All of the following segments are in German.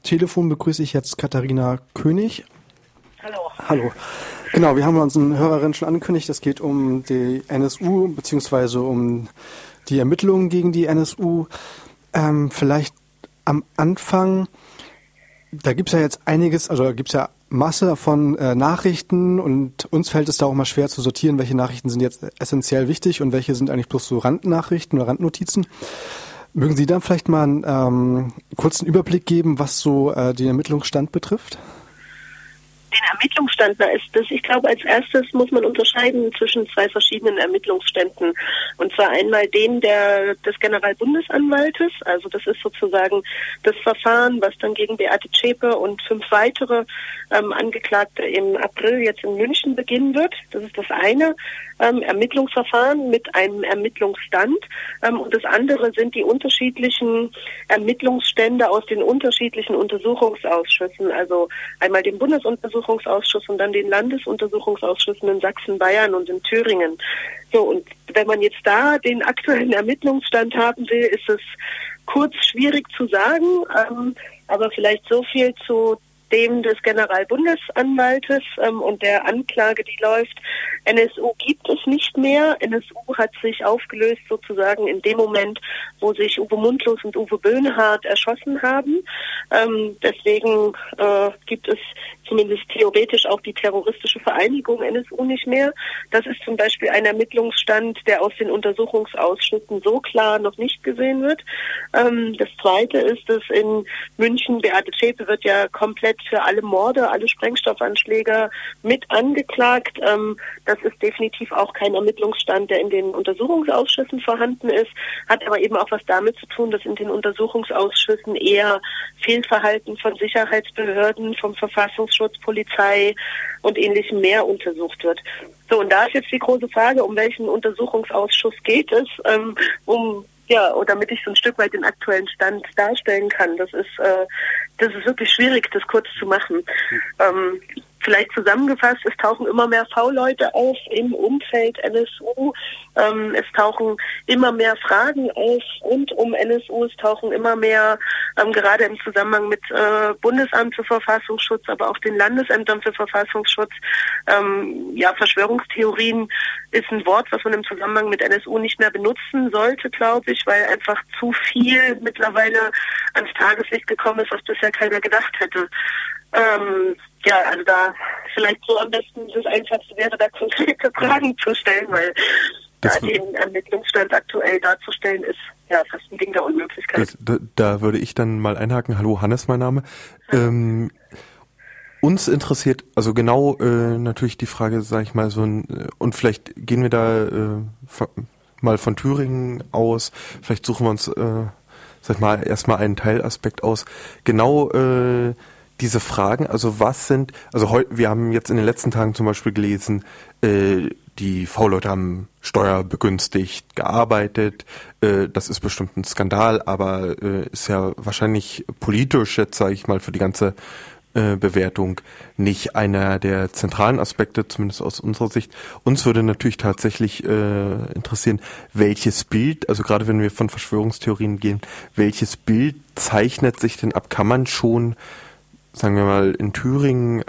Telefon begrüße ich jetzt Katharina König. Hallo. Hallo. Genau, wir haben unseren Hörerinnen schon angekündigt, es geht um die NSU beziehungsweise um die Ermittlungen gegen die NSU. Vielleicht am Anfang, da gibt es ja jetzt einiges, also da gibt es ja Masse von Nachrichten und uns fällt es da auch mal schwer zu sortieren, welche Nachrichten sind jetzt essentiell wichtig und welche sind eigentlich bloß so Randnachrichten oder Randnotizen. Mögen Sie dann vielleicht mal einen kurzen Überblick geben, was so den Ermittlungsstand betrifft? Den Ermittlungsstand, ich glaube, als erstes muss man unterscheiden zwischen zwei verschiedenen Ermittlungsständen. Und zwar einmal den des Generalbundesanwaltes, also das ist sozusagen das Verfahren, was dann gegen Beate Zschäpe und 5 weitere Angeklagte im April jetzt in München beginnen wird. Das ist das eine Ermittlungsverfahren mit einem Ermittlungsstand. Und das andere sind die unterschiedlichen Ermittlungsstände aus den unterschiedlichen Untersuchungsausschüssen, also einmal dem Bundesuntersuchungsausschuss und dann den Landesuntersuchungsausschüssen in Sachsen, Bayern und in Thüringen. So, und wenn man jetzt da den aktuellen Ermittlungsstand haben will, ist es kurz schwierig zu sagen, aber vielleicht so viel zu dem des Generalbundesanwaltes und der Anklage, die läuft. NSU gibt es nicht mehr. NSU hat sich aufgelöst sozusagen in dem Moment, wo sich Uwe Mundlos und Uwe Böhnhardt erschossen haben. Deswegen gibt es zumindest theoretisch auch die terroristische Vereinigung NSU nicht mehr. Das ist zum Beispiel ein Ermittlungsstand, der aus den Untersuchungsausschüssen so klar noch nicht gesehen wird. Das Zweite ist, dass in München Beate Zschäpe wird ja komplett für alle Morde, alle Sprengstoffanschläge mit angeklagt. Das ist definitiv auch kein Ermittlungsstand, der in den Untersuchungsausschüssen vorhanden ist, hat aber eben auch was damit zu tun, dass in den Untersuchungsausschüssen eher Fehlverhalten von Sicherheitsbehörden, vom Verfassungsschutz, Polizei und Ähnlichem mehr untersucht wird. So, und da ist jetzt die große Frage, um welchen Untersuchungsausschuss geht es, damit ich so ein Stück weit den aktuellen Stand darstellen kann. Das ist wirklich schwierig, das kurz zu machen. Vielleicht zusammengefasst, es tauchen immer mehr V-Leute auf im Umfeld NSU. Es tauchen immer mehr Fragen auf rund um NSU. Es tauchen immer mehr, gerade im Zusammenhang mit Bundesamt für Verfassungsschutz, aber auch den Landesämtern für Verfassungsschutz. Verschwörungstheorien ist ein Wort, was man im Zusammenhang mit NSU nicht mehr benutzen sollte, glaube ich, weil einfach zu viel mittlerweile ans Tageslicht gekommen ist, was bisher keiner gedacht hätte. Also da vielleicht so am besten das Einfachste wäre, da konkrete Fragen zu stellen, weil den Ermittlungsstand aktuell darzustellen ist ja fast ein Ding der Unmöglichkeit. Da würde ich dann mal einhaken. Hallo, Hannes, mein Name. Uns interessiert also genau natürlich die Frage, sage ich mal, und vielleicht gehen wir da mal von Thüringen aus, vielleicht suchen wir uns, erstmal einen Teilaspekt aus. Genau diese Fragen, also wir haben jetzt in den letzten Tagen zum Beispiel gelesen, die V-Leute haben steuerbegünstigt gearbeitet, das ist bestimmt ein Skandal, aber ist ja wahrscheinlich politisch jetzt, sage ich mal, für die ganze Bewertung nicht einer der zentralen Aspekte, zumindest aus unserer Sicht. Uns würde natürlich tatsächlich interessieren, welches Bild, also gerade wenn wir von Verschwörungstheorien gehen, welches Bild zeichnet sich denn ab? Kann man schon, sagen wir mal, in Thüringen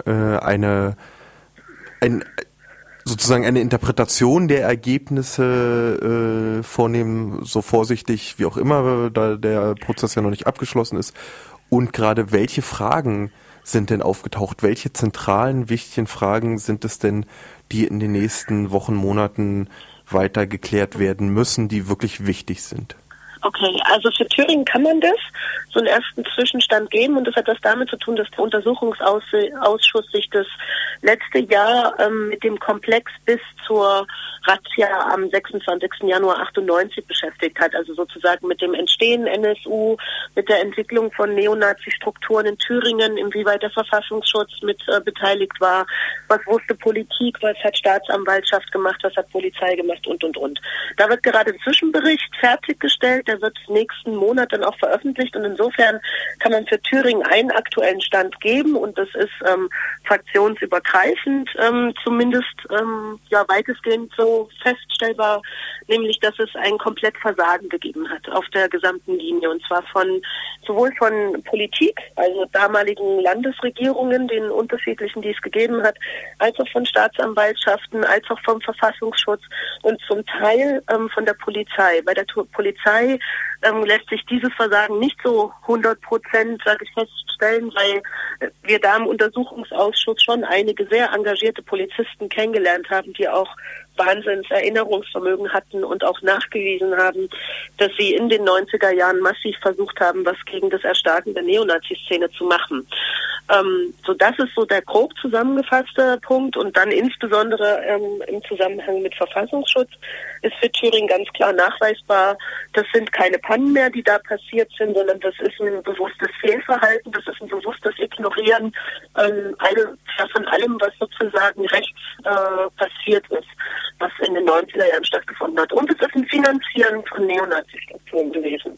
sozusagen eine Interpretation der Ergebnisse vornehmen, so vorsichtig wie auch immer, da der Prozess ja noch nicht abgeschlossen ist? Und gerade welche Fragen sind denn aufgetaucht? Welche zentralen, wichtigen Fragen sind es denn, die in den nächsten Wochen, Monaten weiter geklärt werden müssen, die wirklich wichtig sind? Okay, also für Thüringen kann man so einen ersten Zwischenstand geben und das hat was damit zu tun, dass der Untersuchungsausschuss sich das letzte Jahr mit dem Komplex bis zur Razzia am 26. Januar 98 beschäftigt hat, also sozusagen mit dem Entstehen NSU, mit der Entwicklung von Neonazi-Strukturen in Thüringen, inwieweit der Verfassungsschutz mit beteiligt war, was wusste Politik, was hat Staatsanwaltschaft gemacht, was hat Polizei gemacht und. Da wird gerade ein Zwischenbericht fertiggestellt, der wird nächsten Monat dann auch veröffentlicht und insofern kann man für Thüringen einen aktuellen Stand geben und das ist fraktionsübergreifend zumindest weitestgehend so feststellbar, nämlich dass es ein komplett Versagen gegeben hat auf der gesamten Linie und zwar sowohl von Politik, also damaligen Landesregierungen, den unterschiedlichen, die es gegeben hat, als auch von Staatsanwaltschaften, als auch vom Verfassungsschutz und zum Teil von der Polizei. Bei der Polizei lässt sich dieses Versagen nicht so 100%, sage ich, feststellen, weil wir da im Untersuchungsausschuss schon einige sehr engagierte Polizisten kennengelernt haben, die auch Wahnsinns Erinnerungsvermögen hatten und auch nachgewiesen haben, dass sie in den 90er Jahren massiv versucht haben, was gegen das Erstarken der Neonazi-Szene zu machen. So, das ist so der grob zusammengefasste Punkt und dann insbesondere im Zusammenhang mit Verfassungsschutz ist für Thüringen ganz klar nachweisbar, das sind keine Pannen mehr, die da passiert sind, sondern das ist ein bewusstes Fehlverhalten, das ist ein bewusstes Ignorieren von allem, was sozusagen rechts passiert ist, was in den 90er Jahren stattgefunden hat. Und es ist ein Finanzieren von Neonazi-Strukturen gewesen.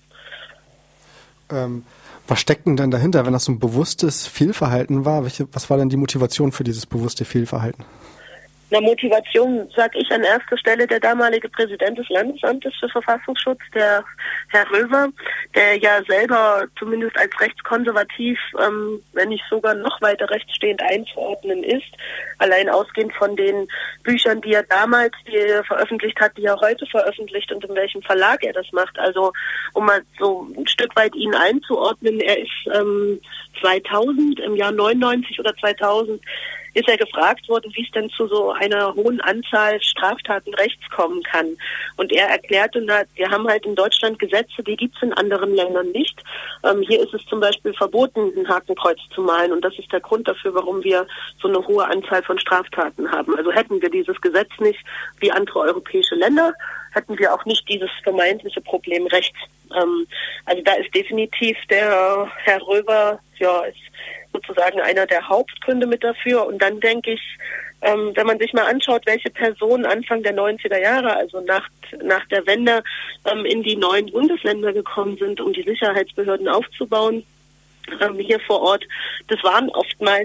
Was steckt denn dann dahinter, wenn das so ein bewusstes Fehlverhalten war? Was war denn die Motivation für dieses bewusste Fehlverhalten? Na, Motivation, sage ich an erster Stelle, der damalige Präsident des Landesamtes für Verfassungsschutz, der Herr Röver, der ja selber zumindest als rechtskonservativ, wenn nicht sogar noch weiter rechtsstehend einzuordnen ist, allein ausgehend von den Büchern, die er veröffentlicht hat, die er heute veröffentlicht und in welchem Verlag er das macht. Also um mal so ein Stück weit ihn einzuordnen, er ist 2000, im Jahr 99 oder 2000, ist er gefragt worden, wie es denn zu so einer hohen Anzahl Straftaten rechts kommen kann. Und er erklärte, wir haben halt in Deutschland Gesetze, die gibt es in anderen Ländern nicht. Hier ist es zum Beispiel verboten, ein Hakenkreuz zu malen. Und das ist der Grund dafür, warum wir so eine hohe Anzahl von Straftaten haben. Also hätten wir dieses Gesetz nicht wie andere europäische Länder, hätten wir auch nicht dieses vermeintliche Problem rechts. Also da ist definitiv der Herr Röver, ist sozusagen einer der Hauptgründe mit dafür. Und dann denke ich, wenn man sich mal anschaut, welche Personen Anfang der 90er Jahre, also nach der Wende, in die neuen Bundesländer gekommen sind, um die Sicherheitsbehörden aufzubauen, hier vor Ort, das waren oftmals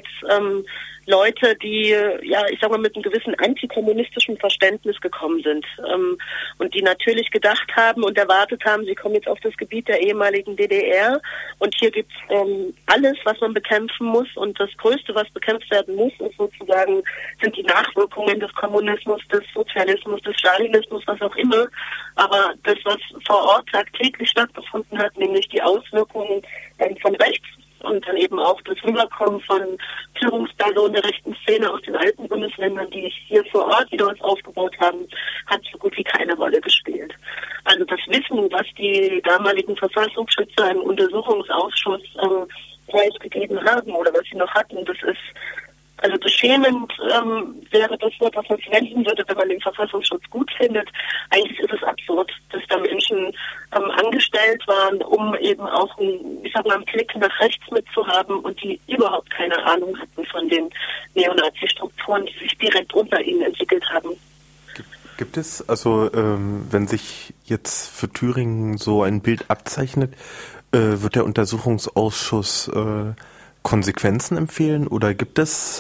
Leute, die, mit einem gewissen antikommunistischen Verständnis gekommen sind und die natürlich gedacht haben und erwartet haben, sie kommen jetzt auf das Gebiet der ehemaligen DDR und hier gibt's alles, was man bekämpfen muss und das Größte, was bekämpft werden muss, ist sozusagen, sind die Nachwirkungen des Kommunismus, des Sozialismus, des Stalinismus, was auch immer, aber das, was vor Ort tagtäglich stattgefunden hat, nämlich die Auswirkungen von rechts, und dann eben auch das Rüberkommen von Führungspersonen der rechten Szene aus den alten Bundesländern, die hier vor Ort wieder was aufgebaut haben, hat so gut wie keine Rolle gespielt. Also das Wissen, was die damaligen Verfassungsschützer im Untersuchungsausschuss preisgegeben haben oder was sie noch hatten, das ist also beschämend wäre das Wort, was man verwenden würde, wenn man den Verfassungsschutz gut findet. Eigentlich ist es absurd, dass da Menschen angestellt waren, um eben auch einen Blick nach rechts mitzuhaben und die überhaupt keine Ahnung hatten von den Neonazi-Strukturen, die sich direkt unter ihnen entwickelt haben. Gibt es, also wenn sich jetzt für Thüringen so ein Bild abzeichnet, wird der Untersuchungsausschuss Konsequenzen empfehlen oder gibt es,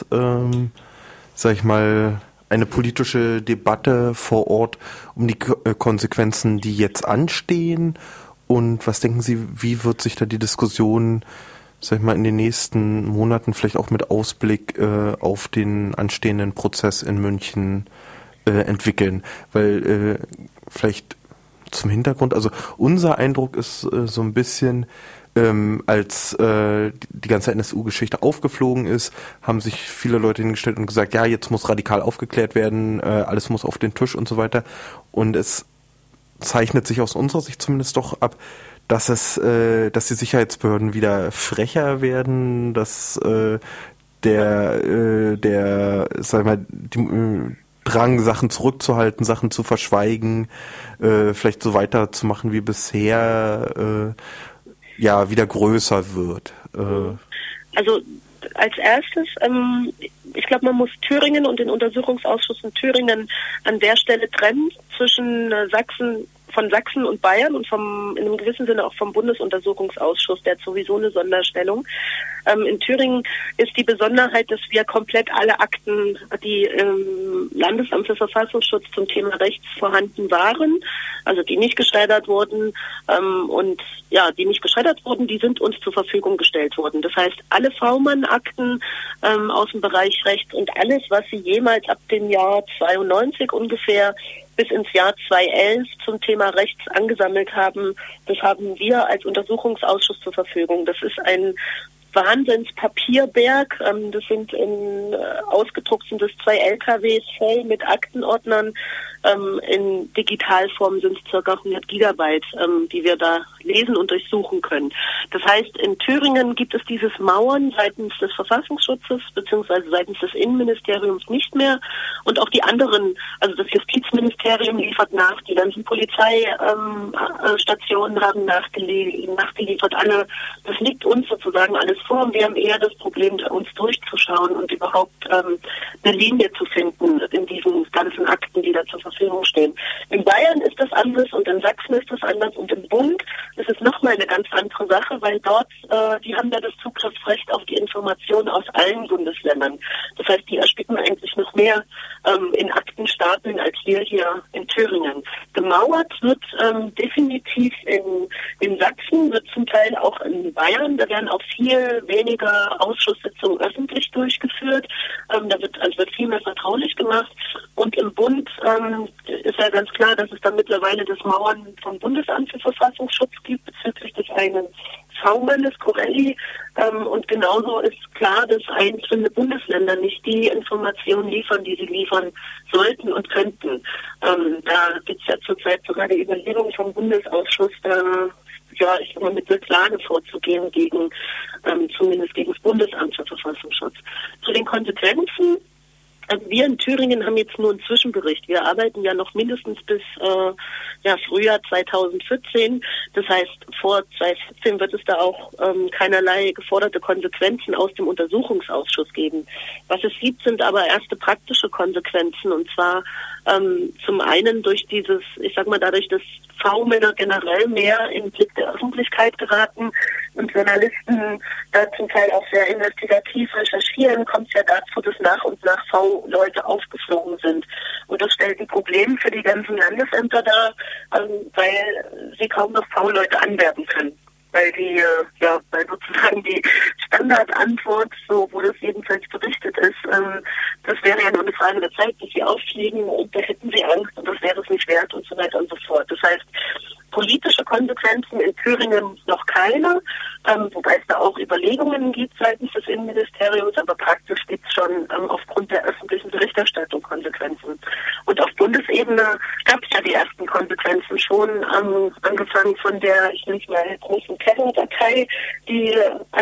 eine politische Debatte vor Ort um die Konsequenzen, die jetzt anstehen? Und was denken Sie, wie wird sich da die Diskussion, in den nächsten Monaten, vielleicht auch mit Ausblick auf den anstehenden Prozess in München entwickeln? Weil vielleicht zum Hintergrund, also unser Eindruck ist so ein bisschen, als die ganze NSU-Geschichte aufgeflogen ist, haben sich viele Leute hingestellt und gesagt, ja, jetzt muss radikal aufgeklärt werden, alles muss auf den Tisch und so weiter. Und es zeichnet sich aus unserer Sicht zumindest doch ab, dass die Sicherheitsbehörden wieder frecher werden, dass die Drang, Sachen zurückzuhalten, Sachen zu verschweigen, vielleicht so weiterzumachen wie bisher, wieder größer wird. Also als erstes, ich glaube, man muss Thüringen und den Untersuchungsausschuss in Thüringen an der Stelle trennen zwischen Sachsen von Sachsen und Bayern und in einem gewissen Sinne auch vom Bundesuntersuchungsausschuss, der hat sowieso eine Sonderstellung. In Thüringen ist die Besonderheit, dass wir komplett alle Akten, die im Landesamt für Verfassungsschutz zum Thema Rechts vorhanden waren, also die nicht geschreddert wurden, die nicht geschreddert wurden, die sind uns zur Verfügung gestellt worden. Das heißt, alle V-Mann-Akten aus dem Bereich Rechts und alles, was sie jemals ab dem Jahr 92 ungefähr bis ins Jahr 2011 zum Thema Rechts angesammelt haben, das haben wir als Untersuchungsausschuss zur Verfügung. Das ist ein Wahnsinnspapierberg. Das sind ausgedruckt sind das 2 LKWs voll mit Aktenordnern. In Digitalform sind es ca. 100 Gigabyte, die wir da lesen und durchsuchen können. Das heißt, in Thüringen gibt es dieses Mauern seitens des Verfassungsschutzes bzw. seitens des Innenministeriums nicht mehr. Und auch die anderen, also das Justizministerium liefert nach, die ganzen Polizeistationen haben nachgeliefert. Das liegt uns sozusagen alles vor. Und wir haben eher das Problem, uns durchzuschauen und überhaupt eine Linie zu finden in diesen ganzen Akten, die da zur Verfügung stehen. In Bayern ist das anders und in Sachsen ist das anders und im Bund ist es nochmal eine ganz andere Sache, weil dort, die haben ja das Zugriffsrecht auf die Informationen aus allen Bundesländern. Das heißt, die ersticken eigentlich noch mehr in Aktenstapeln als wir hier in Thüringen. Gemauert wird definitiv in Sachsen, wird zum Teil auch in Bayern. Da werden auch viel weniger Ausschusssitzungen öffentlich durchgeführt. Da wird viel mehr vertraulich gemacht. Und im Bund ist ja ganz klar, dass es da mittlerweile das Mauern vom Bundesamt für Verfassungsschutz gibt bezüglich des einen V-Mannes, Corelli. Und genauso ist klar, dass einzelne Bundesländer nicht die Informationen liefern, die sie liefern sollten und könnten. Da gibt es ja zurzeit sogar die Überlegung vom Bundesausschuss, mit der Klage vorzugehen zumindest gegen das Bundesamt für Verfassungsschutz. Zu den Konsequenzen. Also wir in Thüringen haben jetzt nur einen Zwischenbericht. Wir arbeiten ja noch mindestens bis Frühjahr 2014. Das heißt, vor 2014 wird es da auch keinerlei geforderte Konsequenzen aus dem Untersuchungsausschuss geben. Was es gibt, sind aber erste praktische Konsequenzen. Und zwar zum einen durch dadurch, dass V-Männer generell mehr in den Blick der Öffentlichkeit geraten und Journalisten da zum Teil auch sehr investigativ recherchieren, kommt es ja dazu, dass nach und nach V-Leute aufgeflogen sind. Und das stellt ein Problem für die ganzen Landesämter dar, weil sie kaum noch V-Leute anwerben können. Weil weil sozusagen die Standardantwort, so wo das jedenfalls berichtet ist, das wäre ja nur eine Frage der Zeit, bis sie auffliegen und da hätten sie Angst und das wäre es nicht wert und so weiter und so fort. Das heißt, politische Konsequenzen in Thüringen noch keine, wobei es da auch Überlegungen gibt seitens des Innenministeriums, aber praktisch gibt es schon aufgrund der öffentlichen Berichterstattung Konsequenzen. Und auf Bundesebene gab es ja die ersten Konsequenzen schon, angefangen von der, großen Terrordatei, die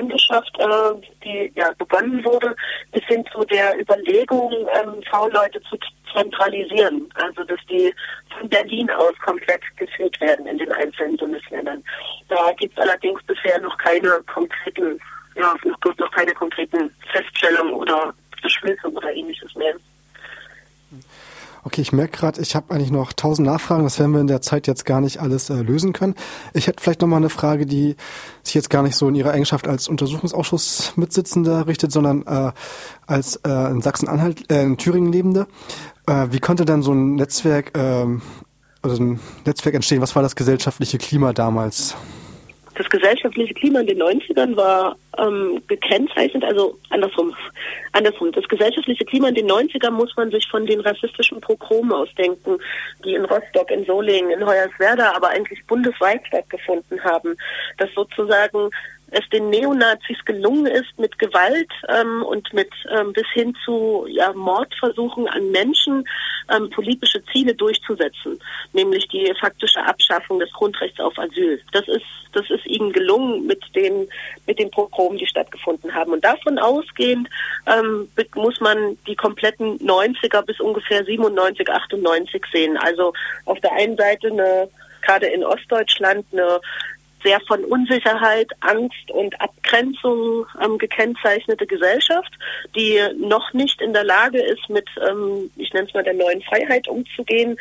begonnen wurde, bis hin zu der Überlegung, V-Leute zu zentralisieren, also dass die von Berlin aus komplett geführt werden in den einzelnen Bundesländern. Da gibt es allerdings bisher noch keine konkreten Feststellungen oder Beschlüsse oder ähnliches mehr. Okay, ich merke gerade, ich habe eigentlich noch 1000 Nachfragen, das werden wir in der Zeit jetzt gar nicht alles lösen können. Ich hätte vielleicht nochmal eine Frage, die sich jetzt gar nicht so in Ihrer Eigenschaft als Untersuchungsausschuss-Mitsitzender richtet, sondern als in Sachsen-Anhalt, in Thüringen Lebende. Wie konnte dann so ein Netzwerk entstehen? Was war das gesellschaftliche Klima damals? Das gesellschaftliche Klima in den 90ern war gekennzeichnet, also andersrum. Das gesellschaftliche Klima in den 90ern muss man sich von den rassistischen Pogromen ausdenken, die in Rostock, in Solingen, in Hoyerswerda, aber eigentlich bundesweit stattgefunden haben. Dass sozusagen es den Neonazis gelungen ist, mit Gewalt und mit bis hin zu Mordversuchen an Menschen politische Ziele durchzusetzen, nämlich die faktische Abschaffung des Grundrechts auf Asyl. Das ist ihnen gelungen mit den Pogromen, die stattgefunden haben. Und davon ausgehend muss man die kompletten 90er bis ungefähr 97, 98 sehen. Also auf der einen Seite gerade in Ostdeutschland eine sehr von Unsicherheit, Angst und Abgrenzung gekennzeichnete Gesellschaft, die noch nicht in der Lage ist, mit, ich nenne es mal, der neuen Freiheit umzugehen,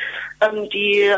die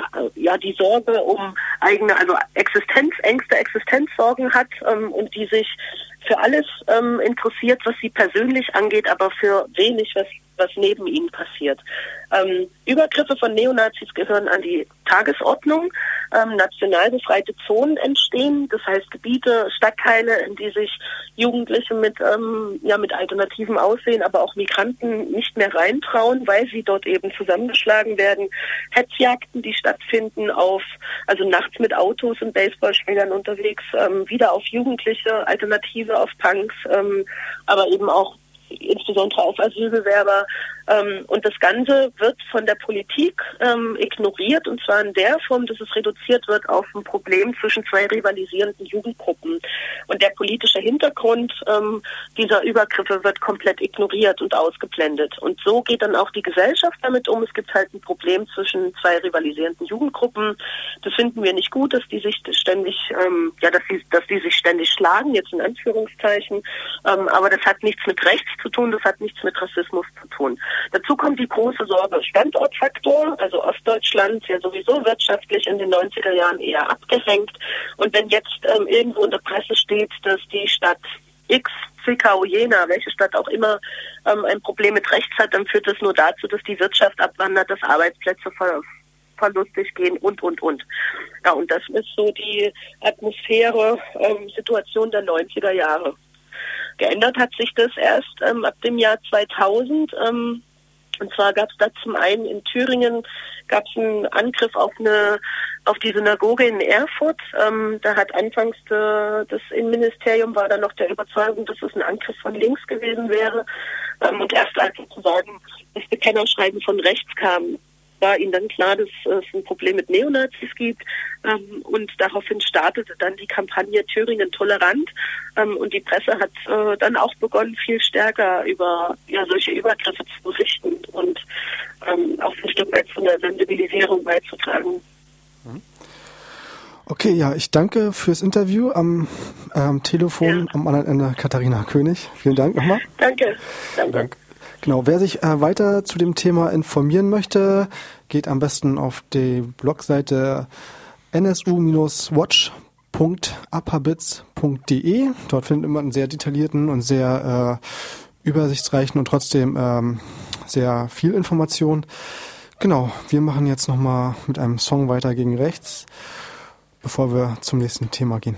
Sorge um eigene, also Existenzängste, Existenzsorgen hat und die sich für alles interessiert, was sie persönlich angeht, aber für wenig, was neben ihnen passiert. Übergriffe von Neonazis gehören an die Tagesordnung. National befreite Zonen entstehen, das heißt Gebiete, Stadtteile, in die sich Jugendliche mit alternativem Aussehen, aber auch Migranten nicht mehr reintrauen, weil sie dort eben zusammengeschlagen werden. Hetzjagden, die stattfinden also nachts mit Autos und Baseballspielern unterwegs, wieder auf Jugendliche, Alternative auf Punks, aber eben auch insbesondere auf Asylbewerber. Und das Ganze wird von der Politik ignoriert, und zwar in der Form, dass es reduziert wird auf ein Problem zwischen zwei rivalisierenden Jugendgruppen. Und der politische Hintergrund dieser Übergriffe wird komplett ignoriert und ausgeblendet. Und so geht dann auch die Gesellschaft damit um. Es gibt halt ein Problem zwischen zwei rivalisierenden Jugendgruppen. Das finden wir nicht gut, dass die sich ständig, dass die sich ständig schlagen, jetzt in Anführungszeichen. Aber das hat nichts mit rechts zu tun, das hat nichts mit Rassismus zu tun. Dazu kommt die große Sorge Standortfaktor, also Ostdeutschland ja sowieso wirtschaftlich in den 90er Jahren eher abgehängt. Und wenn jetzt irgendwo in der Presse steht, dass die Stadt X, Zwickau, Jena, welche Stadt auch immer, ein Problem mit rechts hat, dann führt das nur dazu, dass die Wirtschaft abwandert, dass Arbeitsplätze verlustig gehen und. Ja, und das ist so die Atmosphäre, Situation der 90er Jahre. Geändert hat sich das erst ab dem Jahr 2000. Und zwar gab es da zum einen in Thüringen einen Angriff auf die Synagoge in Erfurt. Da hat anfangs das Innenministerium war dann noch der Überzeugung, dass es ein Angriff von links gewesen wäre. Und erst als sozusagen das Bekennerschreiben von rechts kam, war ihnen dann klar, dass es ein Problem mit Neonazis gibt, und daraufhin startete dann die Kampagne Thüringen tolerant, und die Presse hat dann auch begonnen, viel stärker über solche Übergriffe zu berichten und auch ein Stück weit zu einer Sensibilisierung beizutragen. Okay, ja, ich danke fürs Interview am Telefon am anderen Ende Katharina König. Vielen Dank nochmal. Danke. Genau, wer sich weiter zu dem Thema informieren möchte, geht am besten auf die Blogseite nsu-watch.upperbits.de. Dort findet man einen sehr detaillierten und sehr übersichtsreichen und trotzdem sehr viel Information. Genau, wir machen jetzt nochmal mit einem Song weiter gegen rechts, bevor wir zum nächsten Thema gehen.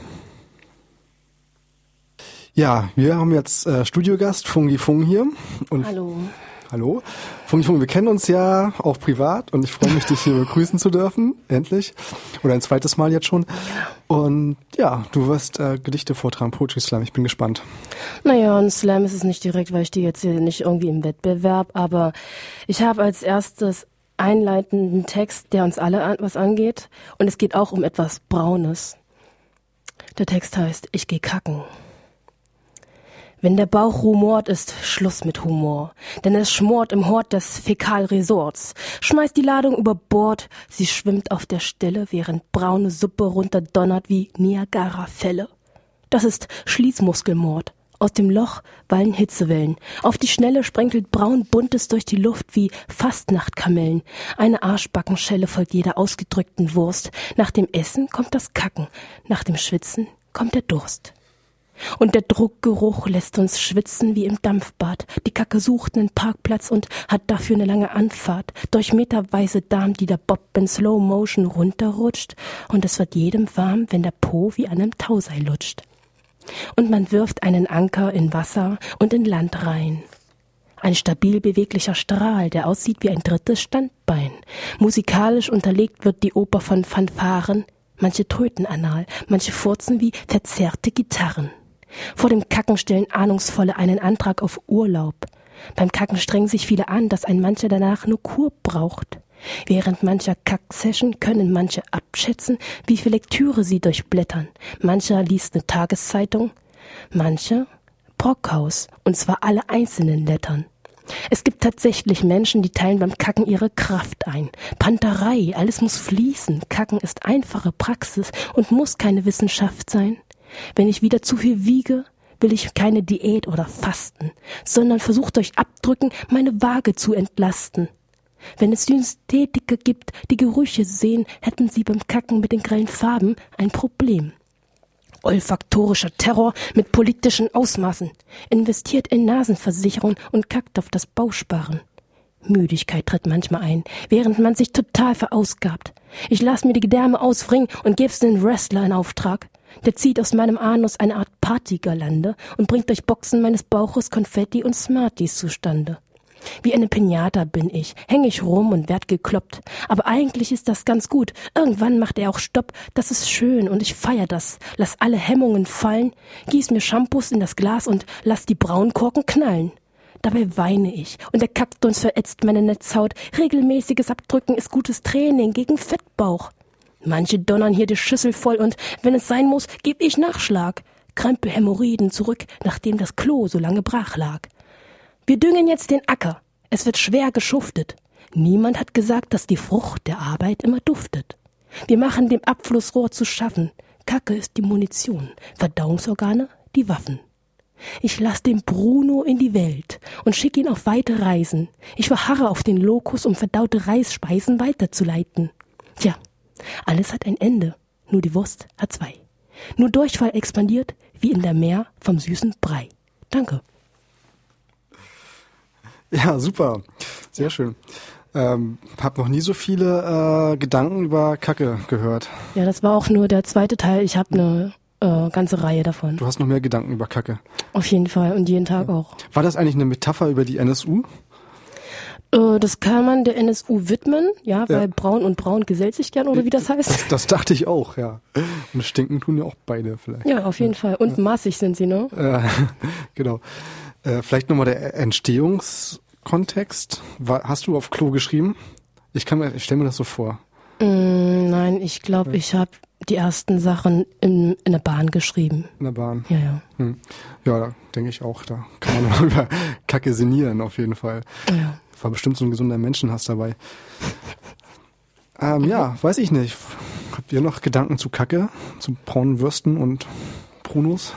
Ja, wir haben jetzt Studiogast Fungi Fung hier. Und Hallo. Fungi Fung, wir kennen uns ja auch privat und ich freue mich, dich hier begrüßen zu dürfen, endlich. Oder ein zweites Mal jetzt schon. Und ja, du wirst Gedichte vortragen, Poetry Slam, ich bin gespannt. Naja, ein Slam ist es nicht direkt, weil ich stehe jetzt hier nicht irgendwie im Wettbewerb, aber ich habe als erstes einleitenden Text, der uns alle was angeht, und es geht auch um etwas Braunes. Der Text heißt, ich geh kacken. Wenn der Bauch rumort, ist Schluss mit Humor, denn es schmort im Hort des Fäkalresorts. Schmeißt die Ladung über Bord, sie schwimmt auf der Stelle, während braune Suppe runterdonnert wie Niagara-Fälle. Das ist Schließmuskelmord. Aus dem Loch wallen Hitzewellen. Auf die Schnelle sprenkelt braun Buntes durch die Luft wie Fastnachtkamellen. Eine Arschbackenschelle folgt jeder ausgedrückten Wurst. Nach dem Essen kommt das Kacken, nach dem Schwitzen kommt der Durst. Und der Druckgeruch lässt uns schwitzen wie im Dampfbad. Die Kacke sucht einen Parkplatz und hat dafür eine lange Anfahrt. Durch meterweise Darm, die der Bob in Slow Motion runterrutscht. Und es wird jedem warm, wenn der Po wie an einem Tauseil lutscht. Und man wirft einen Anker in Wasser und in Land rein. Ein stabil beweglicher Strahl, der aussieht wie ein drittes Standbein. Musikalisch unterlegt wird die Oper von Fanfaren. Manche tröten anal, manche furzen wie verzerrte Gitarren. Vor dem Kacken stellen Ahnungsvolle einen Antrag auf Urlaub. Beim Kacken strengen sich viele an, dass ein mancher danach nur Kur braucht. Während mancher Kack-Session können manche abschätzen, wie viel Lektüre sie durchblättern. Mancher liest eine Tageszeitung, mancher Brockhaus, und zwar alle einzelnen Lettern. Es gibt tatsächlich Menschen, die teilen beim Kacken ihre Kraft ein. Panterei, alles muss fließen. Kacken ist einfache Praxis und muss keine Wissenschaft sein. Wenn ich wieder zu viel wiege, will ich keine Diät oder Fasten, sondern versucht durch Abdrücken meine Waage zu entlasten. Wenn es Synthetiker gibt, die Gerüche sehen, hätten sie beim Kacken mit den grellen Farben ein Problem. Olfaktorischer Terror mit politischen Ausmaßen, investiert in Nasenversicherung und kackt auf das Bausparen. Müdigkeit tritt manchmal ein, während man sich total verausgabt. Ich lass mir die Gedärme auswringen und geb's den Wrestler in Auftrag. Der zieht aus meinem Anus eine Art Partygirlande und bringt durch Boxen meines Bauches Konfetti und Smarties zustande. Wie eine Pinata bin ich, häng ich rum und werd gekloppt. Aber eigentlich ist das ganz gut. Irgendwann macht er auch Stopp. Das ist schön und ich feier das. Lass alle Hemmungen fallen, gieß mir Shampoos in das Glas und lass die Braunkorken knallen. Dabei weine ich und der Kaktus verätzt meine Netzhaut. Regelmäßiges Abdrücken ist gutes Training gegen Fettbauch. Manche donnern hier die Schüssel voll und wenn es sein muss, geb ich Nachschlag. Krempel Hämorrhoiden zurück, nachdem das Klo so lange brach lag. Wir düngen jetzt den Acker. Es wird schwer geschuftet. Niemand hat gesagt, dass die Frucht der Arbeit immer duftet. Wir machen dem Abflussrohr zu schaffen. Kacke ist die Munition, Verdauungsorgane die Waffen. Ich lass den Bruno in die Welt und schick ihn auf weite Reisen. Ich verharre auf den Lokus, um verdaute Reisspeisen weiterzuleiten. Tja, alles hat ein Ende, nur die Wurst hat zwei. Nur Durchfall expandiert, wie in der Meer vom süßen Brei. Danke. Ja, super. Sehr schön. Hab noch nie so viele Gedanken über Kacke gehört. Ja, das war auch nur der zweite Teil. Ich habe eine ganze Reihe davon. Du hast noch mehr Gedanken über Kacke. Auf jeden Fall und jeden Tag auch. War das eigentlich eine Metapher über die NSU? Das kann man der NSU widmen, ja, weil Braun und Braun gesellt sich gern, oder wie das heißt. Das dachte ich auch, ja. Und stinken tun ja auch beide vielleicht. Ja, auf jeden Fall. Und maßig sind sie, ne? Genau. Vielleicht nochmal der Entstehungskontext. Hast du auf Klo geschrieben? Ich stelle mir das so vor. Nein, ich glaube, ich habe die ersten Sachen in der Bahn geschrieben. In der Bahn? Ja, ja. Ja, da denke ich auch. Da kann man noch über Kacke sinnieren, auf jeden Fall. Ja. War bestimmt so ein gesunder Menschenhass dabei. Ja, weiß ich nicht. Habt ihr noch Gedanken zu Kacke? Zu braunen Würsten und Brunos?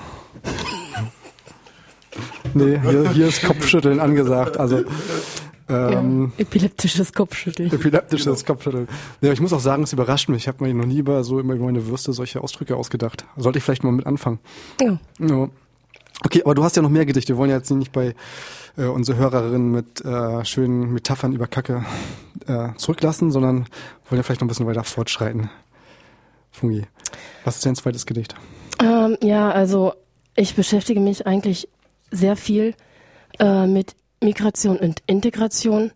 Nee, hier ist Kopfschütteln angesagt. Also epileptisches Kopfschütteln. Epileptisches Kopfschütteln. Ja, ich muss auch sagen, es überrascht mich. Ich habe mir noch nie über meine Würste solche Ausdrücke ausgedacht. Sollte ich vielleicht mal mit anfangen. Ja. Okay, aber du hast ja noch mehr Gedichte. Wir wollen ja jetzt nicht bei unsere Hörerinnen mit schönen Metaphern über Kacke zurücklassen, sondern wollen ja vielleicht noch ein bisschen weiter fortschreiten. Fungi, was ist dein zweites Gedicht? Ja, also ich beschäftige mich eigentlich sehr viel mit Migration und Integration.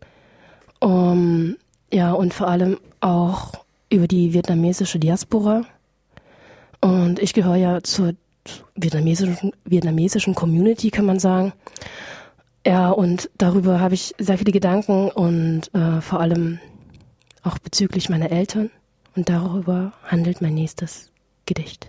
Ja, und vor allem auch über die vietnamesische Diaspora. Und ich gehöre ja zur vietnamesischen Community, kann man sagen. Ja, und darüber habe ich sehr viele Gedanken und vor allem auch bezüglich meiner Eltern. Und darüber handelt mein nächstes Gedicht.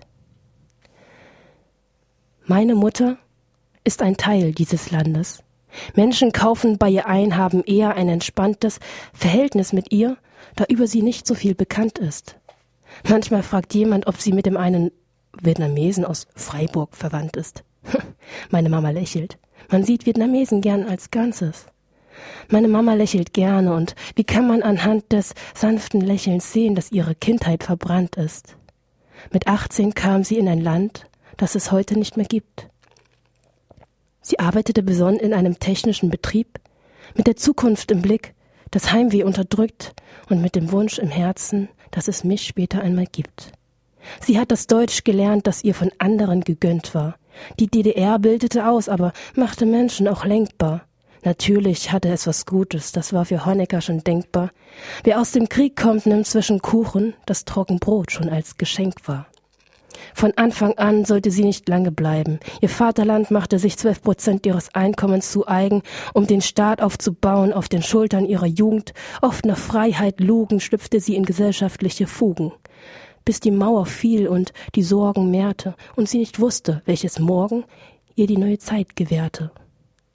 Meine Mutter ist ein Teil dieses Landes. Menschen kaufen bei ihr ein, haben eher ein entspanntes Verhältnis mit ihr, da über sie nicht so viel bekannt ist. Manchmal fragt jemand, ob sie mit dem einen Vietnamesen aus Freiburg verwandt ist. Meine Mama lächelt. Man sieht Vietnamesen gern als Ganzes. Meine Mama lächelt gerne und wie kann man anhand des sanften Lächelns sehen, dass ihre Kindheit verbrannt ist? Mit 18 kam sie in ein Land, das es heute nicht mehr gibt. Sie arbeitete besonnen in einem technischen Betrieb, mit der Zukunft im Blick, das Heimweh unterdrückt und mit dem Wunsch im Herzen, dass es mich später einmal gibt. Sie hat das Deutsch gelernt, das ihr von anderen gegönnt war. Die DDR bildete aus, aber machte Menschen auch lenkbar. Natürlich hatte es was Gutes, das war für Honecker schon denkbar. Wer aus dem Krieg kommt, nimmt zwischen Kuchen, das Trockenbrot schon als Geschenk war. Von Anfang an sollte sie nicht lange bleiben. Ihr Vaterland machte sich 12% ihres Einkommens zu eigen, um den Staat aufzubauen auf den Schultern ihrer Jugend. Oft nach Freiheit lugen, schlüpfte sie in gesellschaftliche Fugen. Bis die Mauer fiel und die Sorgen mehrte und sie nicht wusste, welches Morgen ihr die neue Zeit gewährte.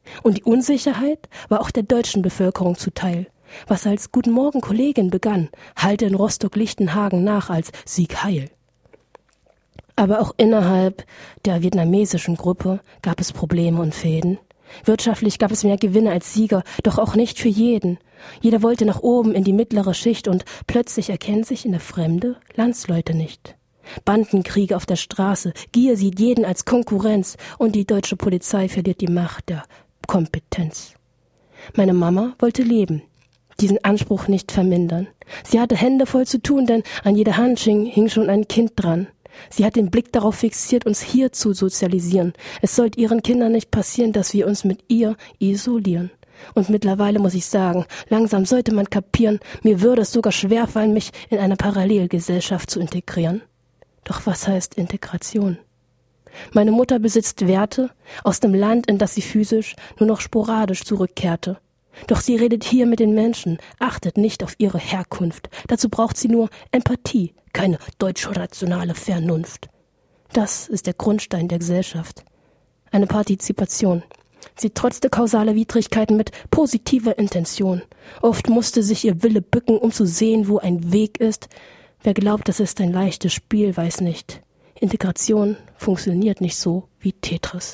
Und die Unsicherheit war auch der deutschen Bevölkerung zuteil, was als Guten Morgen Kollegin begann, hallte in Rostock-Lichtenhagen nach als Sieg Heil. Aber auch innerhalb der vietnamesischen Gruppe gab es Probleme und Fäden. Wirtschaftlich gab es mehr Gewinne als Sieger, doch auch nicht für jeden. Jeder wollte nach oben in die mittlere Schicht und plötzlich erkennen sich in der Fremde Landsleute nicht. Bandenkriege auf der Straße, Gier sieht jeden als Konkurrenz und die deutsche Polizei verliert die Macht der Kompetenz. Meine Mama wollte leben, diesen Anspruch nicht vermindern. Sie hatte Hände voll zu tun, denn an jeder Hand hing schon ein Kind dran. Sie hat den Blick darauf fixiert, uns hier zu sozialisieren. Es sollte ihren Kindern nicht passieren, dass wir uns mit ihr isolieren. Und mittlerweile muss ich sagen, langsam sollte man kapieren, mir würde es sogar schwerfallen, mich in eine Parallelgesellschaft zu integrieren. Doch was heißt Integration? Meine Mutter besitzt Werte aus dem Land, in das sie physisch nur noch sporadisch zurückkehrte. Doch sie redet hier mit den Menschen, achtet nicht auf ihre Herkunft. Dazu braucht sie nur Empathie, keine deutsch-rationale Vernunft. Das ist der Grundstein der Gesellschaft. Eine Partizipation. Sie trotzte kausaler Widrigkeiten mit positiver Intention. Oft musste sich ihr Wille bücken, um zu sehen, wo ein Weg ist. Wer glaubt, das ist ein leichtes Spiel, weiß nicht. Integration funktioniert nicht so wie Tetris.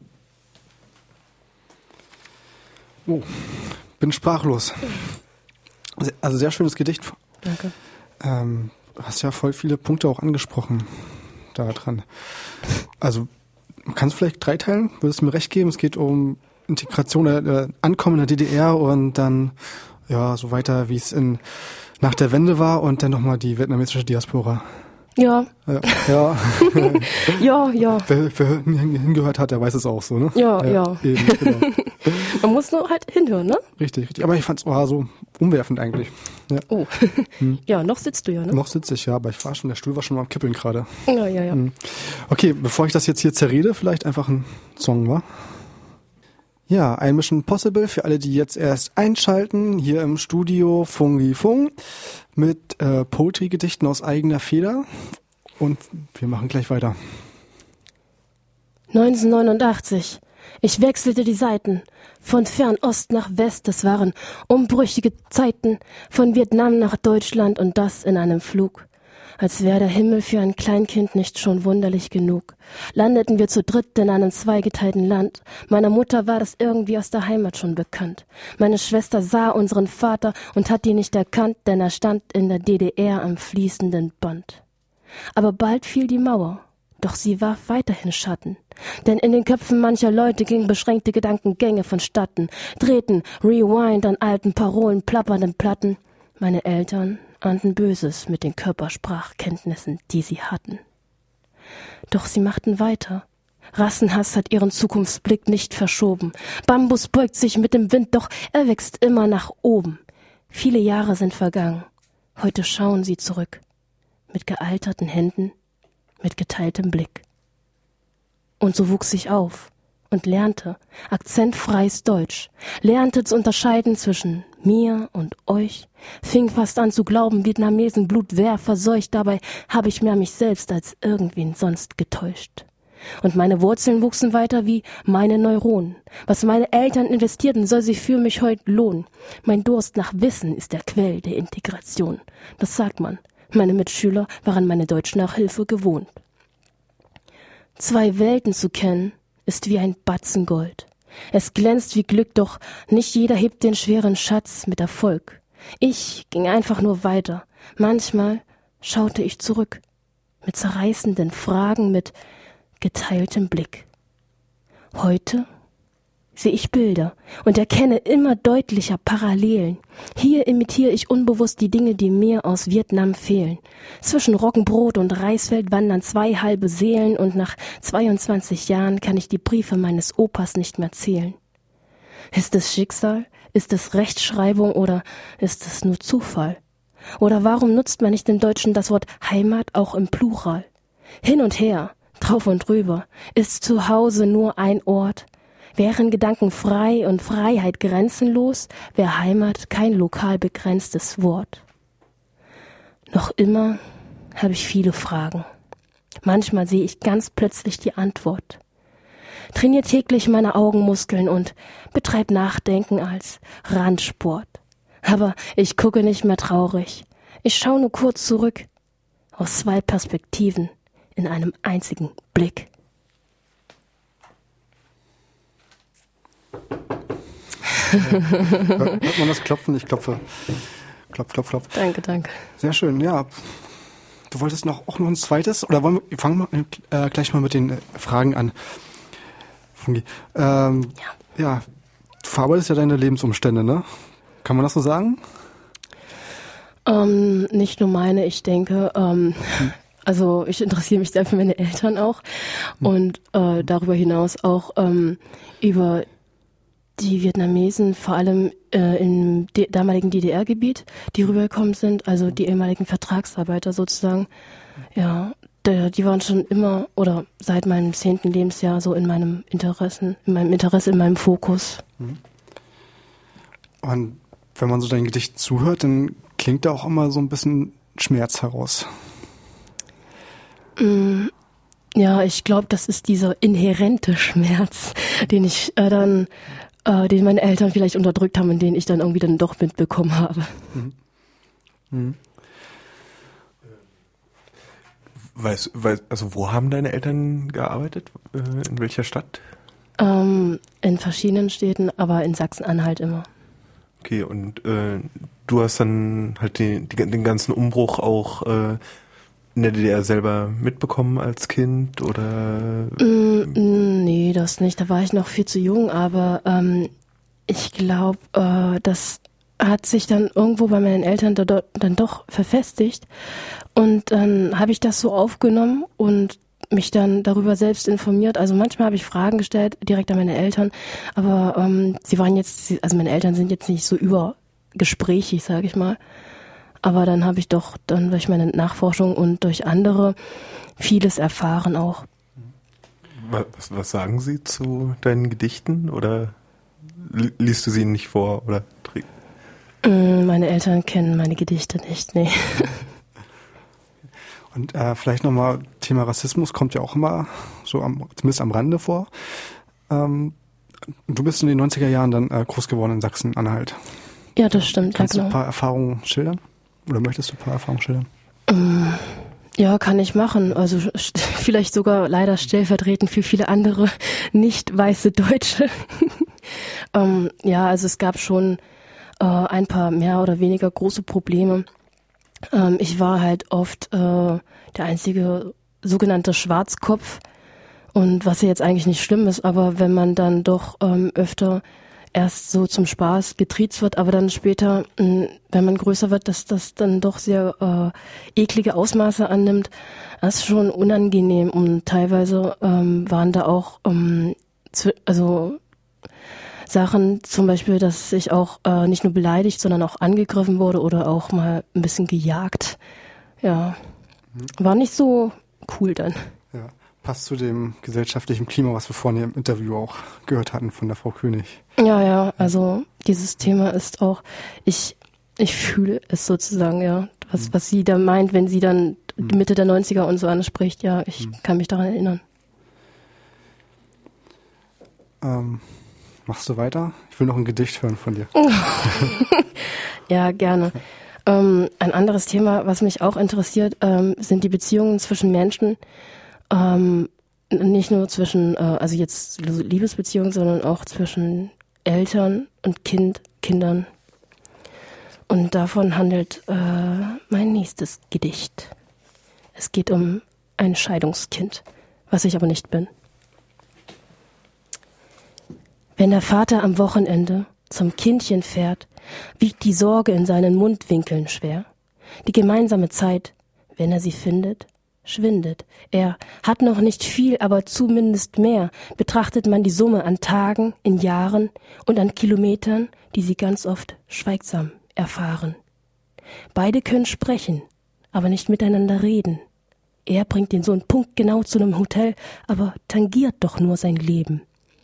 Oh, bin sprachlos. Also sehr schönes Gedicht. Danke. Du hast ja voll viele Punkte auch angesprochen da dran. Also kannst du vielleicht dreiteilen? Würdest du mir recht geben? Es geht um Integration, Ankommen in der DDR und dann ja so weiter, wie es nach der Wende war und dann nochmal die vietnamesische Diaspora. Ja. Ja. Ja. Wer hingehört hat, der weiß es auch so, ne? Ja. Eben, genau. Man muss nur halt hinhören, ne? Richtig. Aber ich fand es so umwerfend eigentlich. Ja. Oh. Ja, noch sitzt du ja, ne? Noch sitze ich, ja, aber der Stuhl war schon mal am Kippeln gerade. Ja. Okay, bevor ich das jetzt hier zerrede, vielleicht einfach ein Song, wa? Ja, ein Mission Possible für alle, die jetzt erst einschalten, hier im Studio Fungi Fung mit Poetry-Gedichten aus eigener Feder und wir machen gleich weiter. 1989. Ich wechselte die Seiten, von Fernost nach West, es waren umbrüchige Zeiten, von Vietnam nach Deutschland und das in einem Flug. Als wäre der Himmel für ein Kleinkind nicht schon wunderlich genug. Landeten wir zu dritt in einem zweigeteilten Land. Meiner Mutter war das irgendwie aus der Heimat schon bekannt. Meine Schwester sah unseren Vater und hat ihn nicht erkannt, denn er stand in der DDR am fließenden Band. Aber bald fiel die Mauer, doch sie warf weiterhin Schatten. Denn in den Köpfen mancher Leute gingen beschränkte Gedankengänge vonstatten, drehten Rewind an alten Parolen, plappernden Platten. Meine Eltern ahnten Böses mit den Körpersprachkenntnissen, die sie hatten. Doch sie machten weiter. Rassenhass hat ihren Zukunftsblick nicht verschoben. Bambus beugt sich mit dem Wind, doch er wächst immer nach oben. Viele Jahre sind vergangen. Heute schauen sie zurück. Mit gealterten Händen, mit geteiltem Blick. Und so wuchs ich auf und lernte akzentfreies Deutsch, lernte zu unterscheiden zwischen mir und euch, fing fast an zu glauben, Vietnamesen-Blut wär verseucht, dabei habe ich mehr mich selbst als irgendwen sonst getäuscht. Und meine Wurzeln wuchsen weiter wie meine Neuronen. Was meine Eltern investierten, soll sich für mich heute lohnen. Mein Durst nach Wissen ist der Quell der Integration. Das sagt man. Meine Mitschüler waren meine Deutschnachhilfe gewohnt. 2 Welten zu kennen, ist wie ein Batzen Gold. Es glänzt wie Glück, doch nicht jeder hebt den schweren Schatz mit Erfolg. Ich ging einfach nur weiter. Manchmal schaute ich zurück. Mit zerreißenden Fragen, mit geteiltem Blick. Heute sehe ich Bilder und erkenne immer deutlicher Parallelen. Hier imitiere ich unbewusst die Dinge, die mir aus Vietnam fehlen. Zwischen Roggenbrot und Reisfeld wandern 2 halbe Seelen und nach 22 Jahren kann ich die Briefe meines Opas nicht mehr zählen. Ist es Schicksal? Ist es Rechtschreibung oder ist es nur Zufall? Oder warum nutzt man nicht im Deutschen das Wort Heimat auch im Plural? Hin und her, drauf und drüber, ist zu Hause nur ein Ort? Wären Gedanken frei und Freiheit grenzenlos, wäre Heimat kein lokal begrenztes Wort. Noch immer habe ich viele Fragen. Manchmal sehe ich ganz plötzlich die Antwort. trainiere täglich meine Augenmuskeln und betreibe Nachdenken als Randsport. Aber ich gucke nicht mehr traurig. Ich schaue nur kurz zurück. Aus 2 Perspektiven in einem einzigen Blick. Hört man das Klopfen? Ich klopfe. Klopf. Danke. Sehr schön, ja. Du wolltest auch noch ein zweites? Oder fangen wir gleich mal mit den Fragen an. Fungi. Ja, du verarbeitest ja deine Lebensumstände, ne? Kann man das so sagen? Nicht nur meine, ich denke, also ich interessiere mich sehr für meine Eltern auch und darüber hinaus auch über die Vietnamesen, vor allem im damaligen DDR-Gebiet, die rübergekommen sind, also die ehemaligen Vertragsarbeiter sozusagen. Ja, die waren schon immer oder seit meinem 10. Lebensjahr so in meinem Interesse, in meinem Fokus. Und wenn man so deinen Gedichten zuhört, dann klingt da auch immer so ein bisschen Schmerz heraus. Ja, ich glaube, das ist dieser inhärente Schmerz, den ich den meine Eltern vielleicht unterdrückt haben und den ich dann irgendwie dann doch mitbekommen habe. Also wo haben deine Eltern gearbeitet? In welcher Stadt? In verschiedenen Städten, aber in Sachsen-Anhalt immer. Okay, und du hast dann halt den ganzen Umbruch auch in der DDR selber mitbekommen als Kind, oder? Nee, das nicht. Da war ich noch viel zu jung, aber ich glaube, das hat sich dann irgendwo bei meinen Eltern dann doch verfestigt. Und dann habe ich das so aufgenommen und mich dann darüber selbst informiert. Also manchmal habe ich Fragen gestellt, direkt an meine Eltern, aber meine Eltern sind jetzt nicht so übergesprächig, sage ich mal. Aber dann habe ich doch dann durch meine Nachforschung und durch andere vieles erfahren auch. Was sagen sie zu deinen Gedichten, oder liest du sie nicht vor? Oder? Meine Eltern kennen meine Gedichte nicht, nee. Und vielleicht nochmal, Thema Rassismus kommt ja auch immer so zumindest am Rande vor. Du bist in den 90er Jahren dann groß geworden in Sachsen-Anhalt. Ja, das stimmt. Kannst ja, du ein paar Erfahrungen schildern? Oder möchtest du ein paar Erfahrungen schildern? Ja, kann ich machen. Also vielleicht sogar leider stellvertretend für viele andere nicht weiße Deutsche. Ja, also es gab schon ein paar mehr oder weniger große Probleme. Ich war halt oft der einzige sogenannte Schwarzkopf. Und was ja jetzt eigentlich nicht schlimm ist, aber wenn man dann doch öfter erst so zum Spaß getriezt wird, aber dann später, wenn man größer wird, dass das dann doch sehr eklige Ausmaße annimmt, das ist schon unangenehm. Und teilweise waren da auch Sachen, zum Beispiel, dass ich auch nicht nur beleidigt, sondern auch angegriffen wurde oder auch mal ein bisschen gejagt. Ja, war nicht so cool dann. Ja, passt zu dem gesellschaftlichen Klima, was wir vorhin im Interview auch gehört hatten von der Frau König. Ja, also dieses Thema ist auch, ich fühle es sozusagen, ja, was sie da meint, wenn sie dann Mitte der 90er und so anspricht, ja, ich kann mich daran erinnern. Machst du weiter? Ich will noch ein Gedicht hören von dir. Ja, gerne. Ein anderes Thema, was mich auch interessiert, sind die Beziehungen zwischen Menschen. Nicht nur zwischen, also jetzt Liebesbeziehungen, sondern auch zwischen Eltern und Kindern. Und davon handelt mein nächstes Gedicht. Es geht um ein Scheidungskind, was ich aber nicht bin. Wenn der Vater am Wochenende zum Kindchen fährt, wiegt die Sorge in seinen Mundwinkeln schwer. Die gemeinsame Zeit, wenn er sie findet, schwindet. Er hat noch nicht viel, aber zumindest mehr. Betrachtet man die Summe an Tagen, in Jahren und an Kilometern, die sie ganz oft schweigsam erfahren. Beide können sprechen, aber nicht miteinander reden. Er bringt den Sohn punktgenau zu einem Hotel, aber tangiert doch nur sein Leben.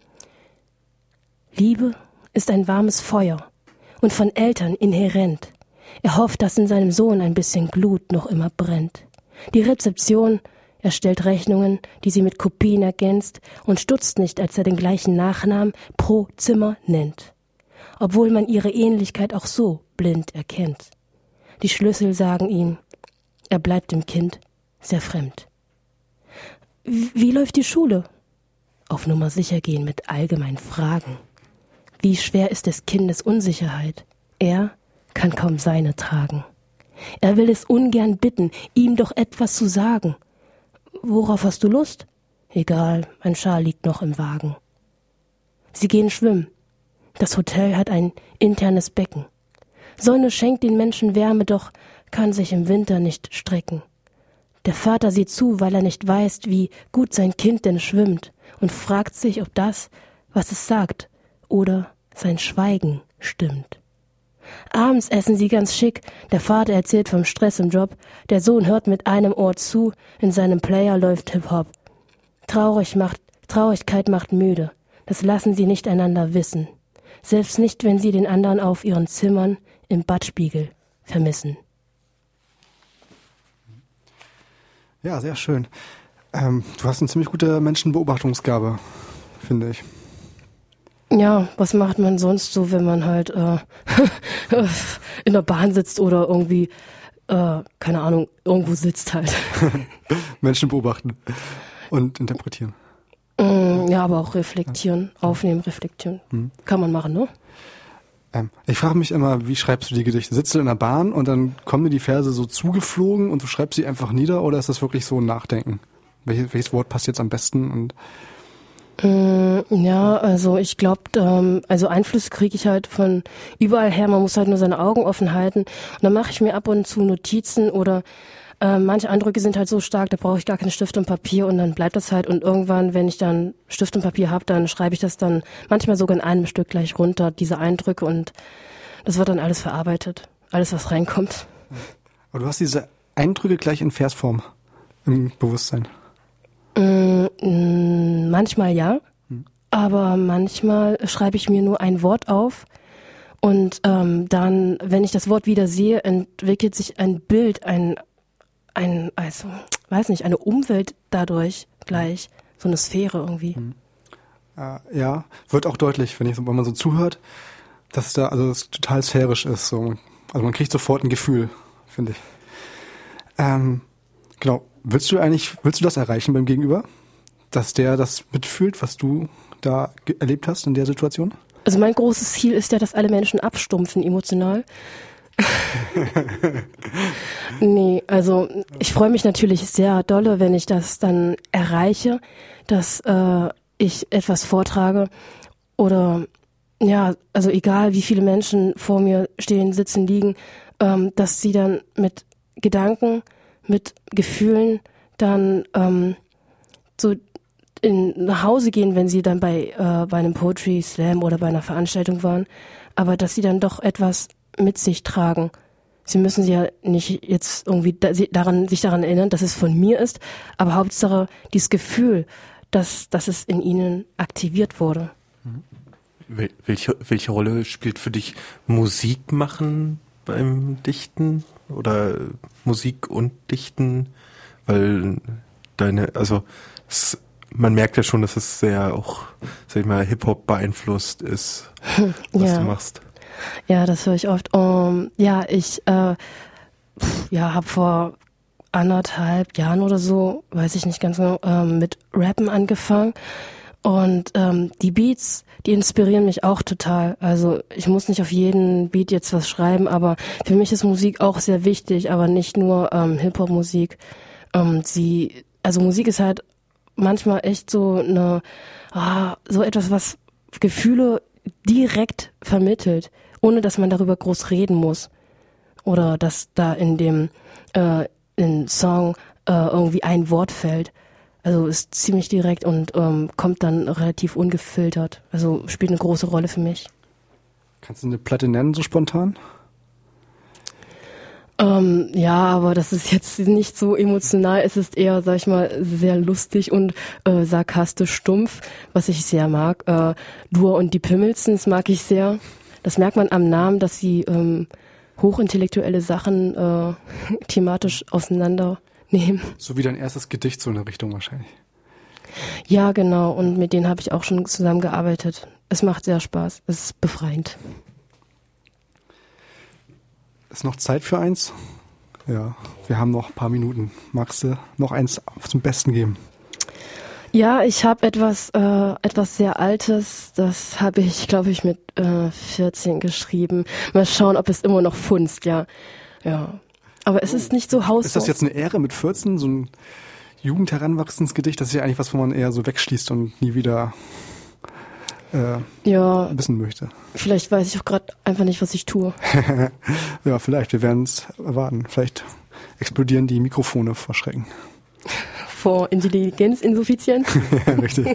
Liebe ist ein warmes Feuer und von Eltern inhärent. Er hofft, dass in seinem Sohn ein bisschen Glut noch immer brennt. Die Rezeption Er stellt Rechnungen, die sie mit Kopien ergänzt und stutzt nicht, als er den gleichen Nachnamen pro Zimmer nennt. Obwohl man ihre Ähnlichkeit auch so blind erkennt. Die Schlüssel sagen ihm, er bleibt dem Kind sehr fremd. Wie läuft die Schule? Auf Nummer sicher gehen mit allgemeinen Fragen. Wie schwer ist des Kindes Unsicherheit? Er kann kaum seine tragen. Er will es ungern bitten, ihm doch etwas zu sagen. Worauf hast du Lust? Egal, mein Schal liegt noch im Wagen. Sie gehen schwimmen. Das Hotel hat ein internes Becken. Sonne schenkt den Menschen Wärme, doch kann sich im Winter nicht strecken. Der Vater sieht zu, weil er nicht weiß, wie gut sein Kind denn schwimmt und fragt sich, ob das, was es sagt, oder sein Schweigen stimmt. Abends essen sie ganz schick, der Vater erzählt vom Stress im Job, der Sohn hört mit einem Ohr zu, in seinem Player läuft Hip-Hop. Traurigkeit macht müde, das lassen sie nicht einander wissen, selbst nicht, wenn sie den anderen auf ihren Zimmern im Badspiegel vermissen. Ja, sehr schön. Du hast eine ziemlich gute Menschenbeobachtungsgabe, finde ich. Ja, was macht man sonst so, wenn man halt in der Bahn sitzt oder irgendwie, keine Ahnung, irgendwo sitzt halt. Menschen beobachten und interpretieren. Ja, aber auch reflektieren, aufnehmen, reflektieren. Kann man machen, ne? Ich frage mich immer, wie schreibst du die Gedichte? Sitzt du in der Bahn und dann kommen dir die Verse so zugeflogen und du schreibst sie einfach nieder oder ist das wirklich so ein Nachdenken? Welches Wort passt jetzt am besten? Und ja, also ich glaube, also Einfluss kriege ich halt von überall her. Man muss halt nur seine Augen offen halten. Und dann mache ich mir ab und zu Notizen oder manche Eindrücke sind halt so stark, da brauche ich gar keinen Stift und Papier und dann bleibt das halt. Und irgendwann, wenn ich dann Stift und Papier habe, dann schreibe ich das dann manchmal sogar in einem Stück gleich runter, diese Eindrücke, und das wird dann alles verarbeitet. Alles, was reinkommt. Aber du hast diese Eindrücke gleich in Versform im Bewusstsein. Manchmal ja, aber manchmal schreibe ich mir nur ein Wort auf und dann, wenn ich das Wort wieder sehe, entwickelt sich ein Bild, also, weiß nicht, eine Umwelt dadurch gleich, so eine Sphäre irgendwie. Ja, wird auch deutlich, wenn man so zuhört, dass es total sphärisch ist. So. Also man kriegt sofort ein Gefühl, finde ich. Genau. Willst du das erreichen beim Gegenüber? Dass der das mitfühlt, was du da erlebt hast in der Situation? Also mein großes Ziel ist ja, dass alle Menschen abstumpfen emotional. Nee, also ich freue mich natürlich sehr dolle, wenn ich das dann erreiche, dass ich etwas vortrage oder ja, also egal wie viele Menschen vor mir stehen, sitzen, liegen, dass sie dann mit Gedanken, mit Gefühlen dann so nach Hause gehen, wenn sie dann bei einem Poetry Slam oder bei einer Veranstaltung waren, aber dass sie dann doch etwas mit sich tragen. Sie müssen sich ja nicht jetzt irgendwie sich daran erinnern, dass es von mir ist, aber Hauptsache dieses Gefühl, dass es in ihnen aktiviert wurde. Welche Rolle spielt für dich Musik machen beim Dichten oder Musik und Dichten? Weil man merkt ja schon, dass es sehr auch, sag ich mal, Hip-Hop beeinflusst ist, was du machst. Ja, das höre ich oft. Ich habe vor 1,5 Jahren oder so, weiß ich nicht ganz genau, mit Rappen angefangen. Und die Beats, die inspirieren mich auch total. Also ich muss nicht auf jeden Beat jetzt was schreiben, aber für mich ist Musik auch sehr wichtig, aber nicht nur Hip-Hop-Musik. Musik ist halt manchmal echt so etwas, was Gefühle direkt vermittelt, ohne dass man darüber groß reden muss. Oder dass da in dem Song irgendwie ein Wort fällt. Also ist ziemlich direkt und kommt dann relativ ungefiltert. Also spielt eine große Rolle für mich. Kannst du eine Platte nennen, so spontan? Ja, aber das ist jetzt nicht so emotional. Es ist eher, sag ich mal, sehr lustig und sarkastisch stumpf, was ich sehr mag. Dur und die Pimmelsens mag ich sehr. Das merkt man am Namen, dass sie hochintellektuelle Sachen thematisch auseinander nehmen. So wie dein erstes Gedicht, so in der Richtung wahrscheinlich. Ja, genau. Und mit denen habe ich auch schon zusammengearbeitet. Es macht sehr Spaß. Es ist befreiend. Ist noch Zeit für eins? Ja, wir haben noch ein paar Minuten. Magst du noch eins zum Besten geben? Ja, ich habe etwas sehr Altes. Das habe ich, glaube ich, mit 14 geschrieben. Mal schauen, ob es immer noch funzt, ja. Ja. Aber es ist nicht so haushoch. Ist das jetzt eine Ehre mit 14, so ein jugendheranwachsendes Gedicht? Das ist ja eigentlich was, wo man eher so wegschließt und nie wieder wissen möchte. Vielleicht weiß ich auch gerade einfach nicht, was ich tue. Ja, vielleicht. Wir werden es erwarten. Vielleicht explodieren die Mikrofone vor Schrecken. Vor Intelligenzinsuffizienz? Ja, richtig.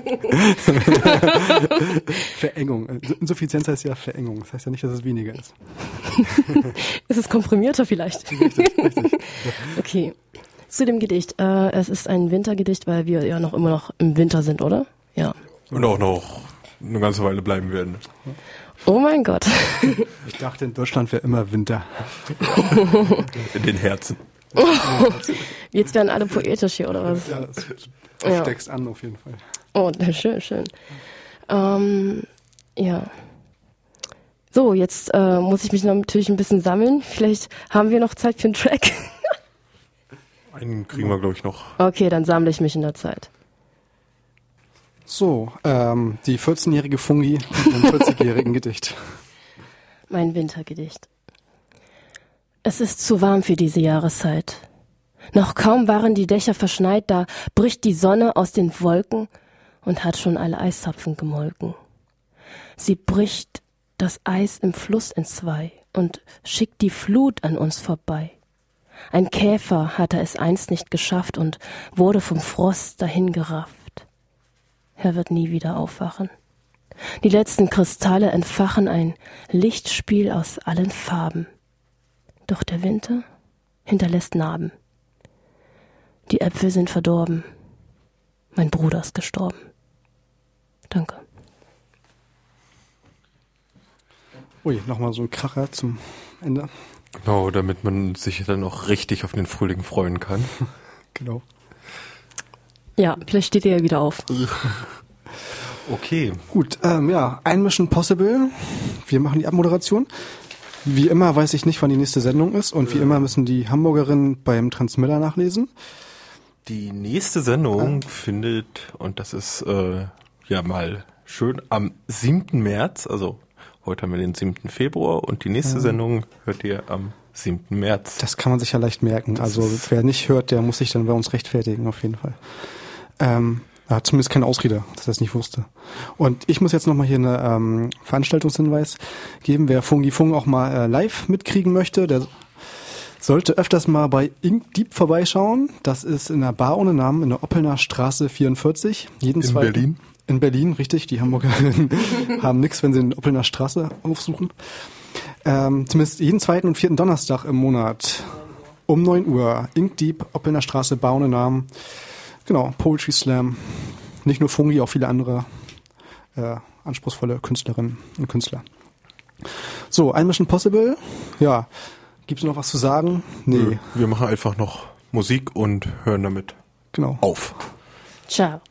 Verengung. Insuffizienz heißt ja Verengung. Das heißt ja nicht, dass es weniger ist. Ist es komprimierter vielleicht? Richtig. Okay. Zu dem Gedicht. Es ist ein Wintergedicht, weil wir ja immer noch im Winter sind, oder? Ja. Und auch noch eine ganze Weile bleiben werden. Oh mein Gott. Ich dachte, in Deutschland wäre immer Winter. In den Herzen. Jetzt werden alle poetisch hier, oder was? Ja, du steckst an auf jeden Fall. Oh, schön. Ja. So, jetzt muss ich mich natürlich ein bisschen sammeln. Vielleicht haben wir noch Zeit für einen Track. Einen kriegen wir, glaube ich, noch. Okay, dann sammle ich mich in der Zeit. So, die 14-jährige Fungi mit einem 40-jährigen Gedicht. Mein Wintergedicht. Es ist zu warm für diese Jahreszeit. Noch kaum waren die Dächer verschneit, da bricht die Sonne aus den Wolken und hat schon alle Eiszapfen gemolken. Sie bricht das Eis im Fluss entzwei und schickt die Flut an uns vorbei. Ein Käfer hatte es einst nicht geschafft und wurde vom Frost dahingerafft. Er wird nie wieder aufwachen. Die letzten Kristalle entfachen ein Lichtspiel aus allen Farben. Doch der Winter hinterlässt Narben. Die Äpfel sind verdorben. Mein Bruder ist gestorben. Danke. Ui, nochmal so ein Kracher zum Ende. Genau, damit man sich dann auch richtig auf den Frühling freuen kann. Genau. Ja, vielleicht steht ihr ja wieder auf. Okay. Gut, ein Mission Possible. Wir machen die Abmoderation. Wie immer weiß ich nicht, wann die nächste Sendung ist und wie immer müssen die Hamburgerinnen beim Transmitter nachlesen. Die nächste Sendung findet, und das ist mal schön, am 7. März, also heute haben wir den 7. Februar und die nächste Sendung hört ihr am 7. März. Das kann man sich ja leicht merken. Also wer nicht hört, der muss sich dann bei uns rechtfertigen, auf jeden Fall. Hat zumindest keine Ausrede, dass er es nicht wusste. Und ich muss jetzt nochmal hier eine Veranstaltungshinweis geben. Wer Fungi Fung auch mal live mitkriegen möchte, der sollte öfters mal bei Ink Deep vorbeischauen. Das ist in einer Bar ohne Namen in der Oppelner Straße 44. Berlin? In Berlin, richtig. Die Hamburgerinnen haben nichts, wenn sie in Oppelner Straße aufsuchen. Zumindest jeden zweiten und vierten Donnerstag im Monat um 9 Uhr. Ink Deep, Oppelner Straße, Bar ohne Namen. Genau, Poetry Slam. Nicht nur Fungi, auch viele andere anspruchsvolle Künstlerinnen und Künstler. So, ein Mission Possible. Ja, gibt's noch was zu sagen? Nee. Wir machen einfach noch Musik und hören damit Genau. auf. Ciao.